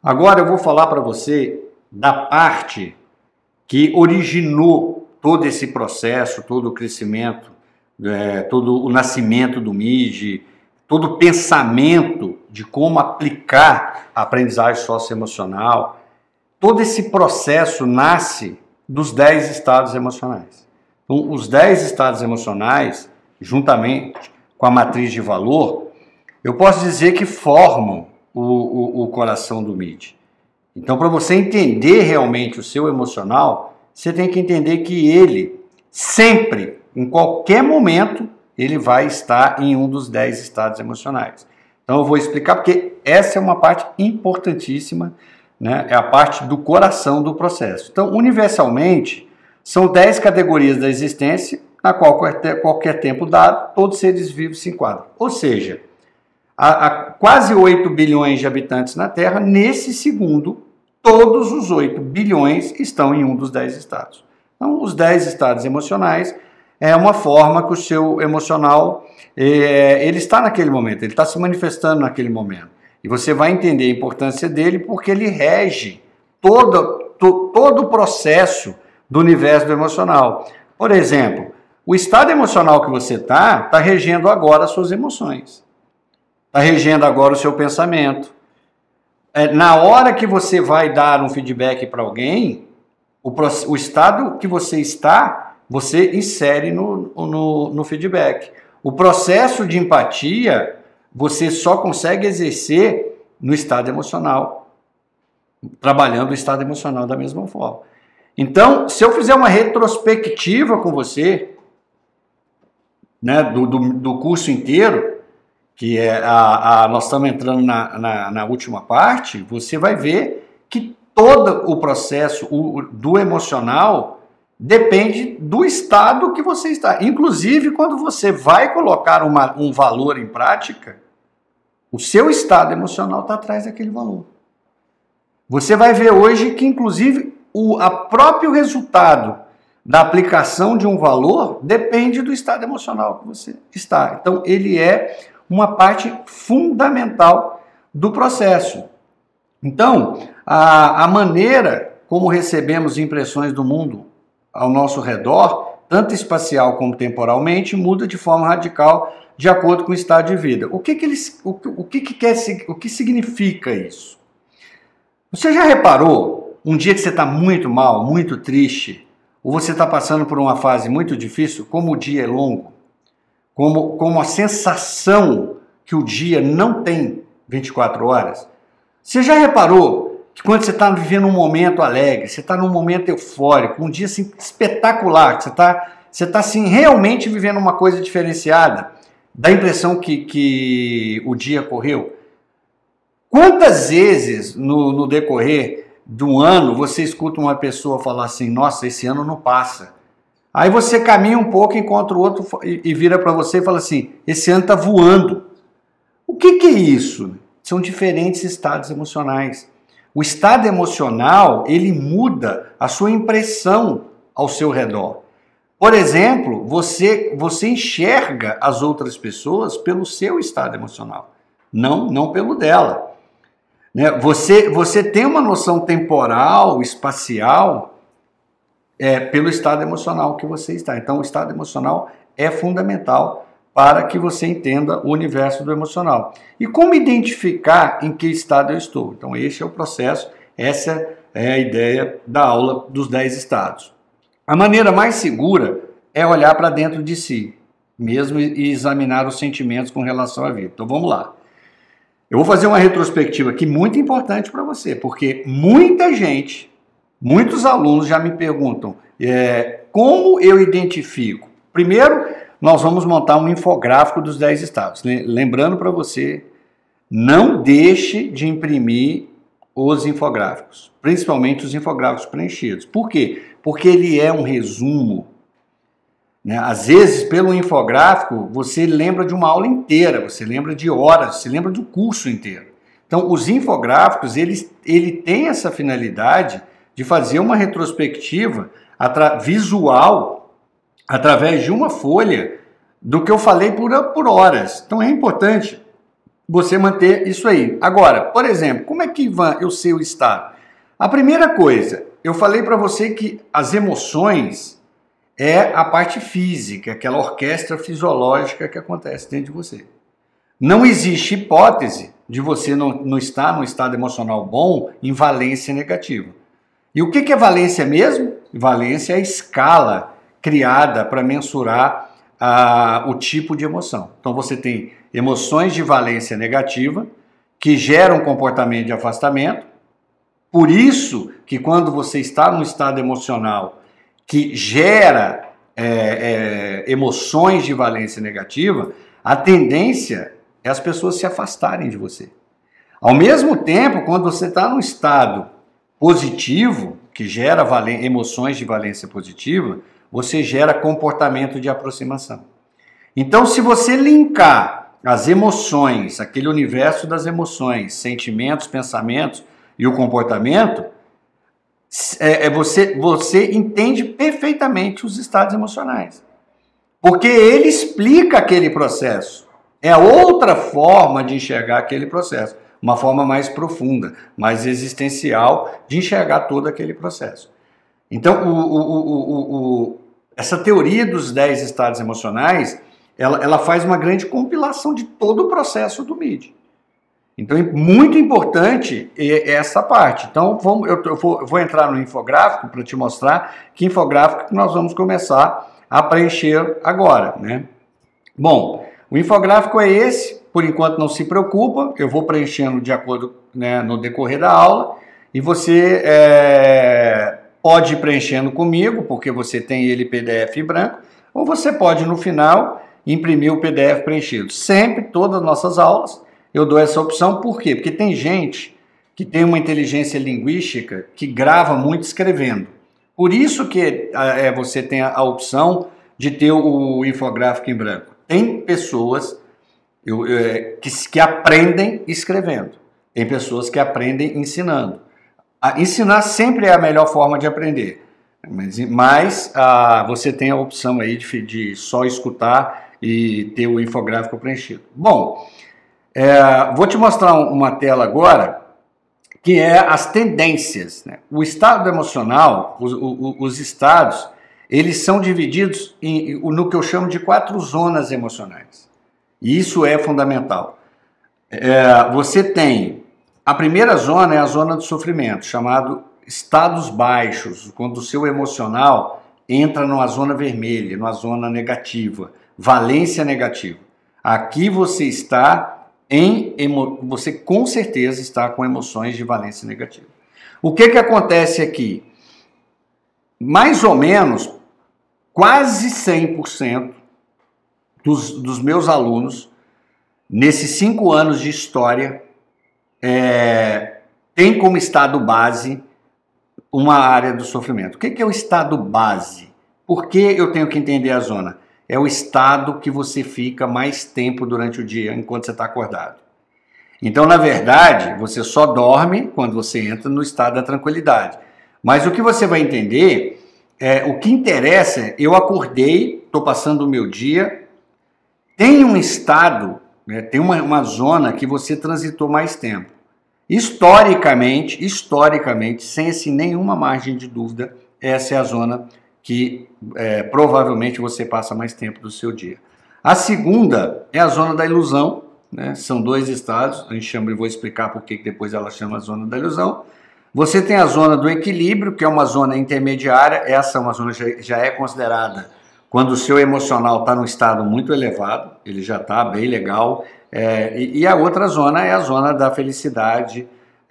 Agora eu vou falar para você da parte que originou todo esse processo, todo o crescimento, todo o nascimento do MIDI, todo o pensamento de como aplicar a aprendizagem socioemocional. Todo esse processo nasce dos 10 estados emocionais. Então, os 10 estados emocionais, juntamente com a matriz de valor, eu posso dizer que formam o coração do MIDI. Então, para você entender realmente o seu emocional, você tem que entender que ele, sempre, em qualquer momento, ele vai estar em um dos 10 estados emocionais. Então, eu vou explicar porque essa é uma parte importantíssima, né? É a parte do coração do processo. Então, universalmente, são 10 categorias da existência, na qual qualquer tempo dado, todos os seres vivos se enquadram. Ou seja, há quase 8 bilhões de habitantes na Terra, nesse segundo, todos os 8 bilhões estão em um dos 10 estados. Então, os 10 estados emocionais é uma forma que o seu emocional ele está naquele momento, ele está se manifestando naquele momento. E você vai entender a importância dele porque ele rege todo o processo do universo do emocional. Por exemplo, o estado emocional que você está regendo agora as suas emoções. Está regendo agora o seu pensamento. Na hora que você vai dar um feedback para alguém, o estado que você está, você insere no feedback. O processo de empatia, você só consegue exercer no estado emocional, trabalhando o estado emocional da mesma forma. Então, se eu fizer uma retrospectiva com você, né, do curso inteiro, que nós estamos entrando na última parte, você vai ver que todo o processo do emocional depende do estado que você está. Inclusive, quando você vai colocar um valor em prática, o seu estado emocional está atrás daquele valor. Você vai ver hoje que, inclusive, o próprio resultado da aplicação de um valor depende do estado emocional que você está. Então, ele é uma parte fundamental do processo. Então, a maneira como recebemos impressões do mundo ao nosso redor, tanto espacial como temporalmente, muda de forma radical de acordo com o estado de vida. O que significa isso? Você já reparou, um dia que você está muito mal, muito triste, ou você está passando por uma fase muito difícil, como o dia é longo, como a sensação que o dia não tem 24 horas. Você já reparou que quando você está vivendo um momento alegre, você está num momento eufórico, um dia assim, espetacular, que você está assim, realmente vivendo uma coisa diferenciada, dá a impressão que o dia correu? Quantas vezes no decorrer do ano você escuta uma pessoa falar assim, nossa, esse ano não passa? Aí você caminha um pouco, encontra o outro e vira para você e fala assim, esse ano está voando. O que é isso? São diferentes estados emocionais. O estado emocional, ele muda a sua impressão ao seu redor. Por exemplo, você enxerga as outras pessoas pelo seu estado emocional, não pelo dela. Né? Você tem uma noção temporal, espacial, pelo estado emocional que você está. Então, o estado emocional é fundamental para que você entenda o universo do emocional. E como identificar em que estado eu estou? Então, esse é o processo, essa é a ideia da aula dos 10 estados. A maneira mais segura é olhar para dentro de si, mesmo e examinar os sentimentos com relação à vida. Então, vamos lá. Eu vou fazer uma retrospectiva aqui muito importante para você, porque muitos alunos já me perguntam como eu identifico. Primeiro, nós vamos montar um infográfico dos 10 estados. Lembrando para você, não deixe de imprimir os infográficos, principalmente os infográficos preenchidos. Por quê? Porque ele é um resumo. Né? Às vezes, pelo infográfico, você lembra de uma aula inteira, você lembra de horas, você lembra do curso inteiro. Então, os infográficos, ele tem essa finalidade de fazer uma retrospectiva visual através de uma folha do que eu falei por horas. Então, é importante você manter isso aí. Agora, por exemplo, como é que eu sei o estado? A primeira coisa, eu falei para você que as emoções é a parte física, aquela orquestra fisiológica que acontece dentro de você. Não existe hipótese de você não estar num estado emocional bom em valência negativa. E o que é valência mesmo? Valência é a escala criada para mensurar o tipo de emoção. Então você tem emoções de valência negativa que geram comportamento de afastamento. Por isso que quando você está num estado emocional que gera emoções de valência negativa, a tendência é as pessoas se afastarem de você. Ao mesmo tempo, quando você está num estado positivo, que gera emoções de valência positiva, você gera comportamento de aproximação. Então, se você linkar as emoções, aquele universo das emoções, sentimentos, pensamentos e o comportamento, você entende perfeitamente os estados emocionais. Porque ele explica aquele processo. É outra forma de enxergar aquele processo. Uma forma mais profunda, mais existencial de enxergar todo aquele processo. Então, essa teoria dos 10 estados emocionais, ela faz uma grande compilação de todo o processo do MID. Então, é muito importante essa parte. Então, eu vou entrar no infográfico para te mostrar que infográfico que nós vamos começar a preencher agora, né? Bom, o infográfico é esse. Por enquanto, não se preocupa. Eu vou preenchendo de acordo, né, no decorrer da aula. E você pode ir preenchendo comigo, porque você tem ele PDF em branco. Ou você pode, no final, imprimir o PDF preenchido. Sempre, todas as nossas aulas, eu dou essa opção. Por quê? Porque tem gente que tem uma inteligência linguística que grava muito escrevendo. Por isso que você tem a opção de ter o infográfico em branco. Tem pessoas que aprendem escrevendo. Tem pessoas que aprendem ensinando. Ensinar sempre é a melhor forma de aprender. Mas você tem a opção aí de só escutar e ter o infográfico preenchido. Bom, vou te mostrar uma tela agora, que é as tendências, né? O estado emocional, os estados, eles são divididos no que eu chamo de 4 zonas emocionais. E isso é fundamental. Você tem, a primeira zona é a zona do sofrimento, chamado estados baixos, quando o seu emocional entra numa zona vermelha, numa zona negativa, valência negativa. Aqui você está você com certeza está com emoções de valência negativa. O que acontece aqui? Mais ou menos, quase 100% dos meus alunos, nesses 5 anos de história, tem como estado base uma área do sofrimento. O que é o estado base? Por que eu tenho que entender a zona? É o estado que você fica mais tempo durante o dia, enquanto você está acordado. Então, na verdade, você só dorme quando você entra no estado da tranquilidade. Mas o que você vai entender, o que interessa, eu acordei, estou passando o meu dia, tem um estado, né, tem uma zona que você transitou mais tempo. Historicamente, sem assim, nenhuma margem de dúvida, essa é a zona que provavelmente você passa mais tempo do seu dia. A segunda é a zona da ilusão, né? São 2 estados, a gente chama, e vou explicar por que depois ela chama a zona da ilusão. Você tem a zona do equilíbrio, que é uma zona intermediária, essa é uma zona que já é considerada quando o seu emocional está num estado muito elevado, ele já está bem legal, e a outra zona é a zona da felicidade,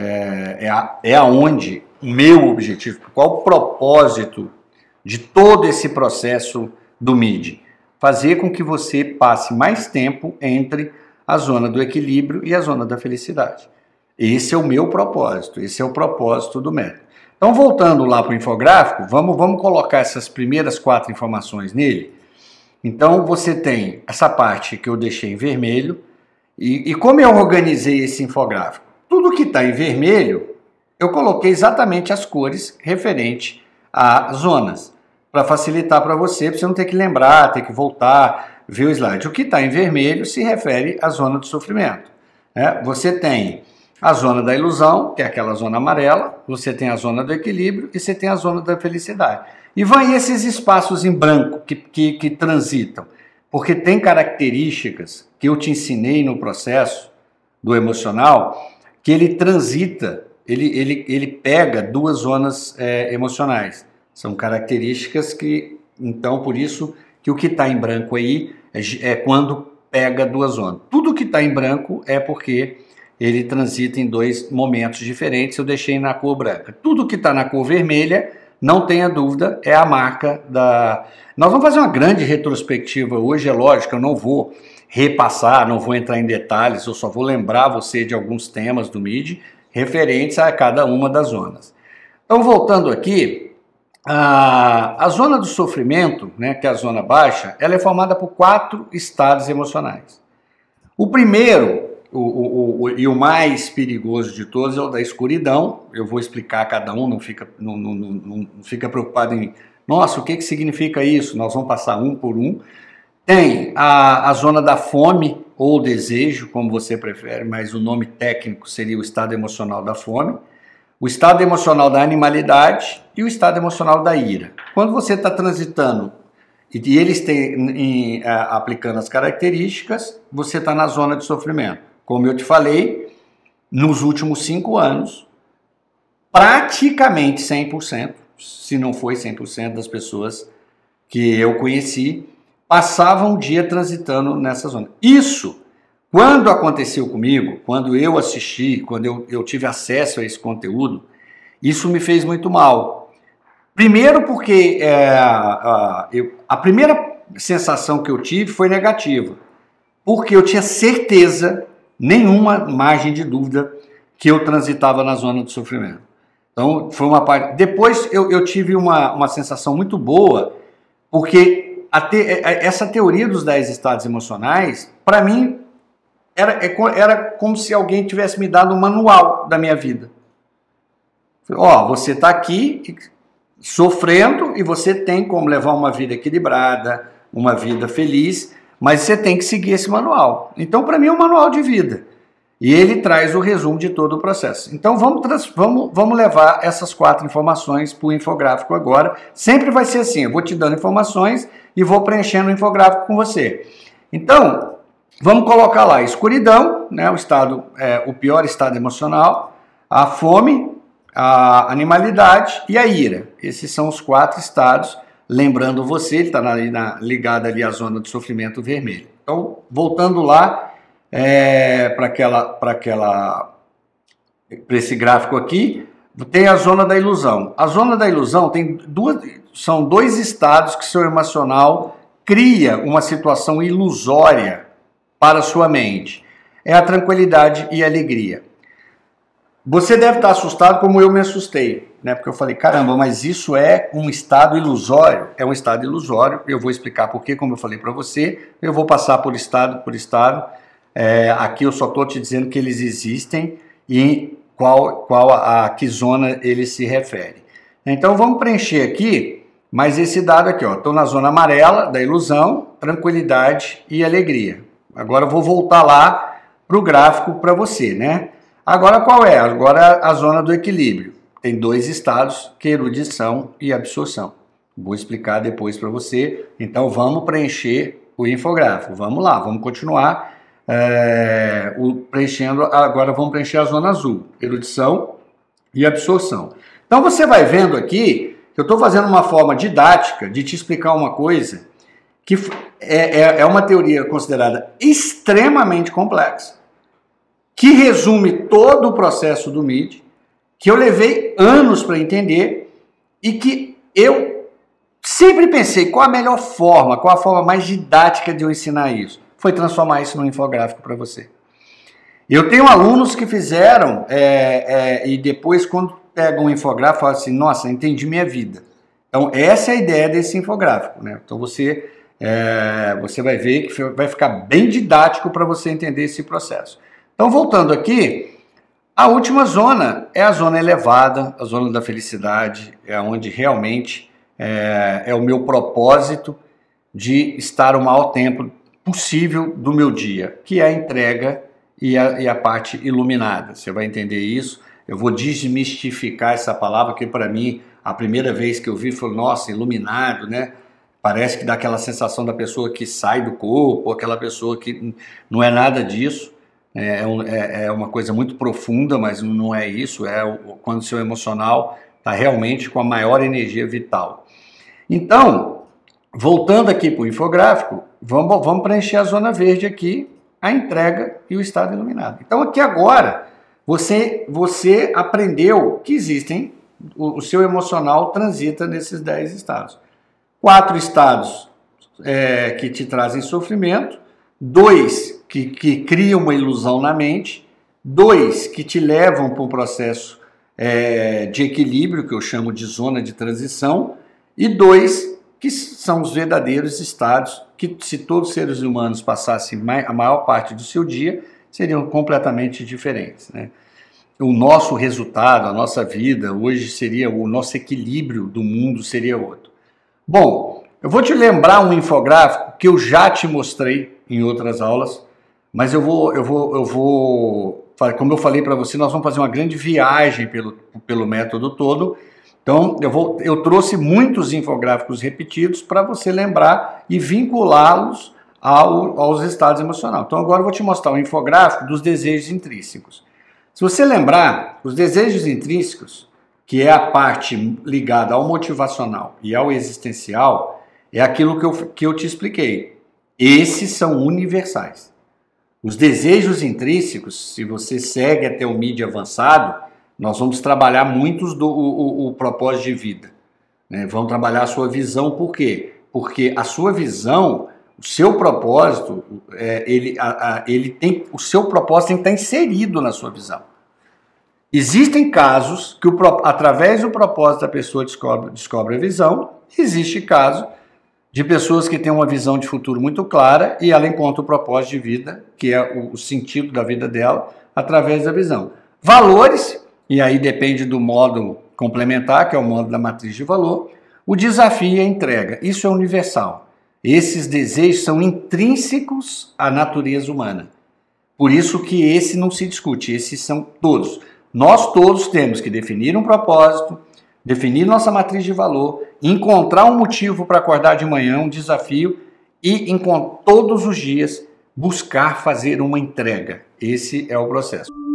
aonde o meu objetivo, qual o propósito de todo esse processo do MID? Fazer com que você passe mais tempo entre a zona do equilíbrio e a zona da felicidade. Esse é o meu propósito, esse é o propósito do método. Então, voltando lá para o infográfico, vamos colocar essas primeiras 4 informações nele. Então, você tem essa parte que eu deixei em vermelho. E como eu organizei esse infográfico? Tudo que está em vermelho, eu coloquei exatamente as cores referente a zonas, para facilitar para você não ter que lembrar, ter que voltar, ver o slide. O que está em vermelho se refere à zona do sofrimento. né? Você tem a zona da ilusão, que é aquela zona amarela, você tem a zona do equilíbrio e você tem a zona da felicidade. E vão aí esses espaços em branco que transitam, porque tem características que eu te ensinei no processo do emocional, que ele transita, ele pega duas zonas emocionais. São características que, então, por isso que o que está em branco aí é quando pega duas zonas. Tudo que está em branco é porque ele transita em dois momentos diferentes, eu deixei na cor branca. Tudo que está na cor vermelha, não tenha dúvida, é a marca da... Nós vamos fazer uma grande retrospectiva hoje, é lógico, eu não vou repassar, não vou entrar em detalhes, eu só vou lembrar você de alguns temas do MIDI referentes a cada uma das zonas. Então, voltando aqui, a zona do sofrimento, né, que é a zona baixa, ela é formada por 4 estados emocionais. O primeiro, e o mais perigoso de todos, é o da escuridão. Eu vou explicar cada um, não fica preocupado em, nossa, o que significa isso? Nós vamos passar um por um. Tem a zona da fome ou desejo, como você prefere, mas o nome técnico seria o estado emocional da fome, o estado emocional da animalidade e o estado emocional da ira. Quando você está transitando e eles têm aplicando as características, você está na zona de sofrimento. Como eu te falei, nos últimos 5 anos, praticamente 100%, se não foi 100% das pessoas que eu conheci, passavam um dia transitando nessa zona. Isso, quando aconteceu comigo, quando eu assisti, quando eu tive acesso a esse conteúdo, isso me fez muito mal. Primeiro porque a primeira sensação que eu tive foi negativa, porque eu tinha certeza, nenhuma margem de dúvida, que eu transitava na zona do sofrimento. Então, foi uma parte... Depois eu tive uma sensação muito boa, porque essa teoria dos 10 estados emocionais, para mim, era como se alguém tivesse me dado um manual da minha vida. Ó, você está aqui sofrendo e você tem como levar uma vida equilibrada, uma vida feliz, mas você tem que seguir esse manual. Então, para mim, é um manual de vida. E ele traz o resumo de todo o processo. Então, vamos levar essas 4 informações para o infográfico agora. Sempre vai ser assim, eu vou te dando informações e vou preenchendo o infográfico com você. Então, vamos colocar lá escuridão, né, o pior estado emocional, a fome, a animalidade e a ira. Esses são os 4 estados. Lembrando você, ele está ligado ali à zona de sofrimento vermelho. Então, voltando lá para esse gráfico aqui, tem a zona da ilusão. A zona da ilusão são 2 estados que seu emocional cria uma situação ilusória para a sua mente. É a tranquilidade e a alegria. Você deve estar assustado como eu me assustei, né? Porque eu falei, caramba, mas isso é um estado ilusório? É um estado ilusório, eu vou explicar por quê, como eu falei para você, eu vou passar por estado. Aqui eu só estou te dizendo que eles existem e a que zona ele se refere. Então vamos preencher aqui mais esse dado aqui, ó. Estou na zona amarela da ilusão, tranquilidade e alegria. Agora eu vou voltar lá para o gráfico para você, né? Agora qual é? Agora a zona do equilíbrio. Tem 2 estados, que é erudição e absorção. Vou explicar depois para você. Então vamos preencher o infográfico. Vamos lá, vamos continuar preenchendo. Agora vamos preencher a zona azul, erudição e absorção. Então você vai vendo aqui que eu estou fazendo uma forma didática de te explicar uma coisa que é uma teoria considerada extremamente complexa, que resume todo o processo do MIDI, que eu levei anos para entender e que eu sempre pensei qual a melhor forma, qual a forma mais didática de eu ensinar isso. Foi transformar isso num infográfico para você. Eu tenho alunos que fizeram e depois quando pegam um infográfico falam assim, nossa, entendi minha vida. Então essa é a ideia desse infográfico, né? Então você vai ver que vai ficar bem didático para você entender esse processo. Então voltando aqui, a última zona é a zona elevada, a zona da felicidade, é onde realmente é o meu propósito de estar o maior tempo possível do meu dia, que é a entrega e a parte iluminada. Você vai entender isso. Eu vou desmistificar essa palavra, que para mim, a primeira vez que eu vi, foi, nossa, iluminado, né? Parece que dá aquela sensação da pessoa que sai do corpo, aquela pessoa que não é nada disso. É uma coisa muito profunda, mas não é isso. Quando o seu emocional está realmente com a maior energia vital. Então, voltando aqui para o infográfico, vamos preencher a zona verde aqui, a entrega e o estado iluminado. Então, aqui agora, você aprendeu que existem, o seu emocional transita nesses 10 estados. 4 estados que te trazem sofrimento, 2 que criam uma ilusão na mente, 2 que te levam para um processo de equilíbrio, que eu chamo de zona de transição, e 2 que são os verdadeiros estados que, se todos os seres humanos passassem a maior parte do seu dia, seriam completamente diferentes, né? O nosso resultado, a nossa vida, hoje seria, o nosso equilíbrio do mundo seria outro. Bom, eu vou te lembrar um infográfico que eu já te mostrei em outras aulas, mas eu vou, como eu falei para você, nós vamos fazer uma grande viagem pelo método todo. Então, eu trouxe muitos infográficos repetidos para você lembrar e vinculá-los aos estados emocionais. Então, agora eu vou te mostrar um infográfico dos desejos intrínsecos. Se você lembrar, os desejos intrínsecos, que é a parte ligada ao motivacional e ao existencial, é aquilo que eu te expliquei. Esses são universais. Os desejos intrínsecos, se você segue até o MIDI avançado, nós vamos trabalhar muitos o propósito de vida, né? Vamos trabalhar a sua visão, por quê? Porque a sua visão, o seu propósito, o seu propósito tem que estar inserido na sua visão. Existem casos que, através do propósito, a pessoa descobre a visão. Existe caso de pessoas que têm uma visão de futuro muito clara e ela encontra o propósito de vida, que é o sentido da vida dela, através da visão. Valores, e aí depende do modo complementar, que é o modo da matriz de valor. O desafio e a entrega, isso é universal. Esses desejos são intrínsecos à natureza humana. Por isso que esse não se discute, esses são todos. Nós todos temos que definir um propósito, definir nossa matriz de valor, encontrar um motivo para acordar de manhã, um desafio, e todos os dias buscar fazer uma entrega. Esse é o processo.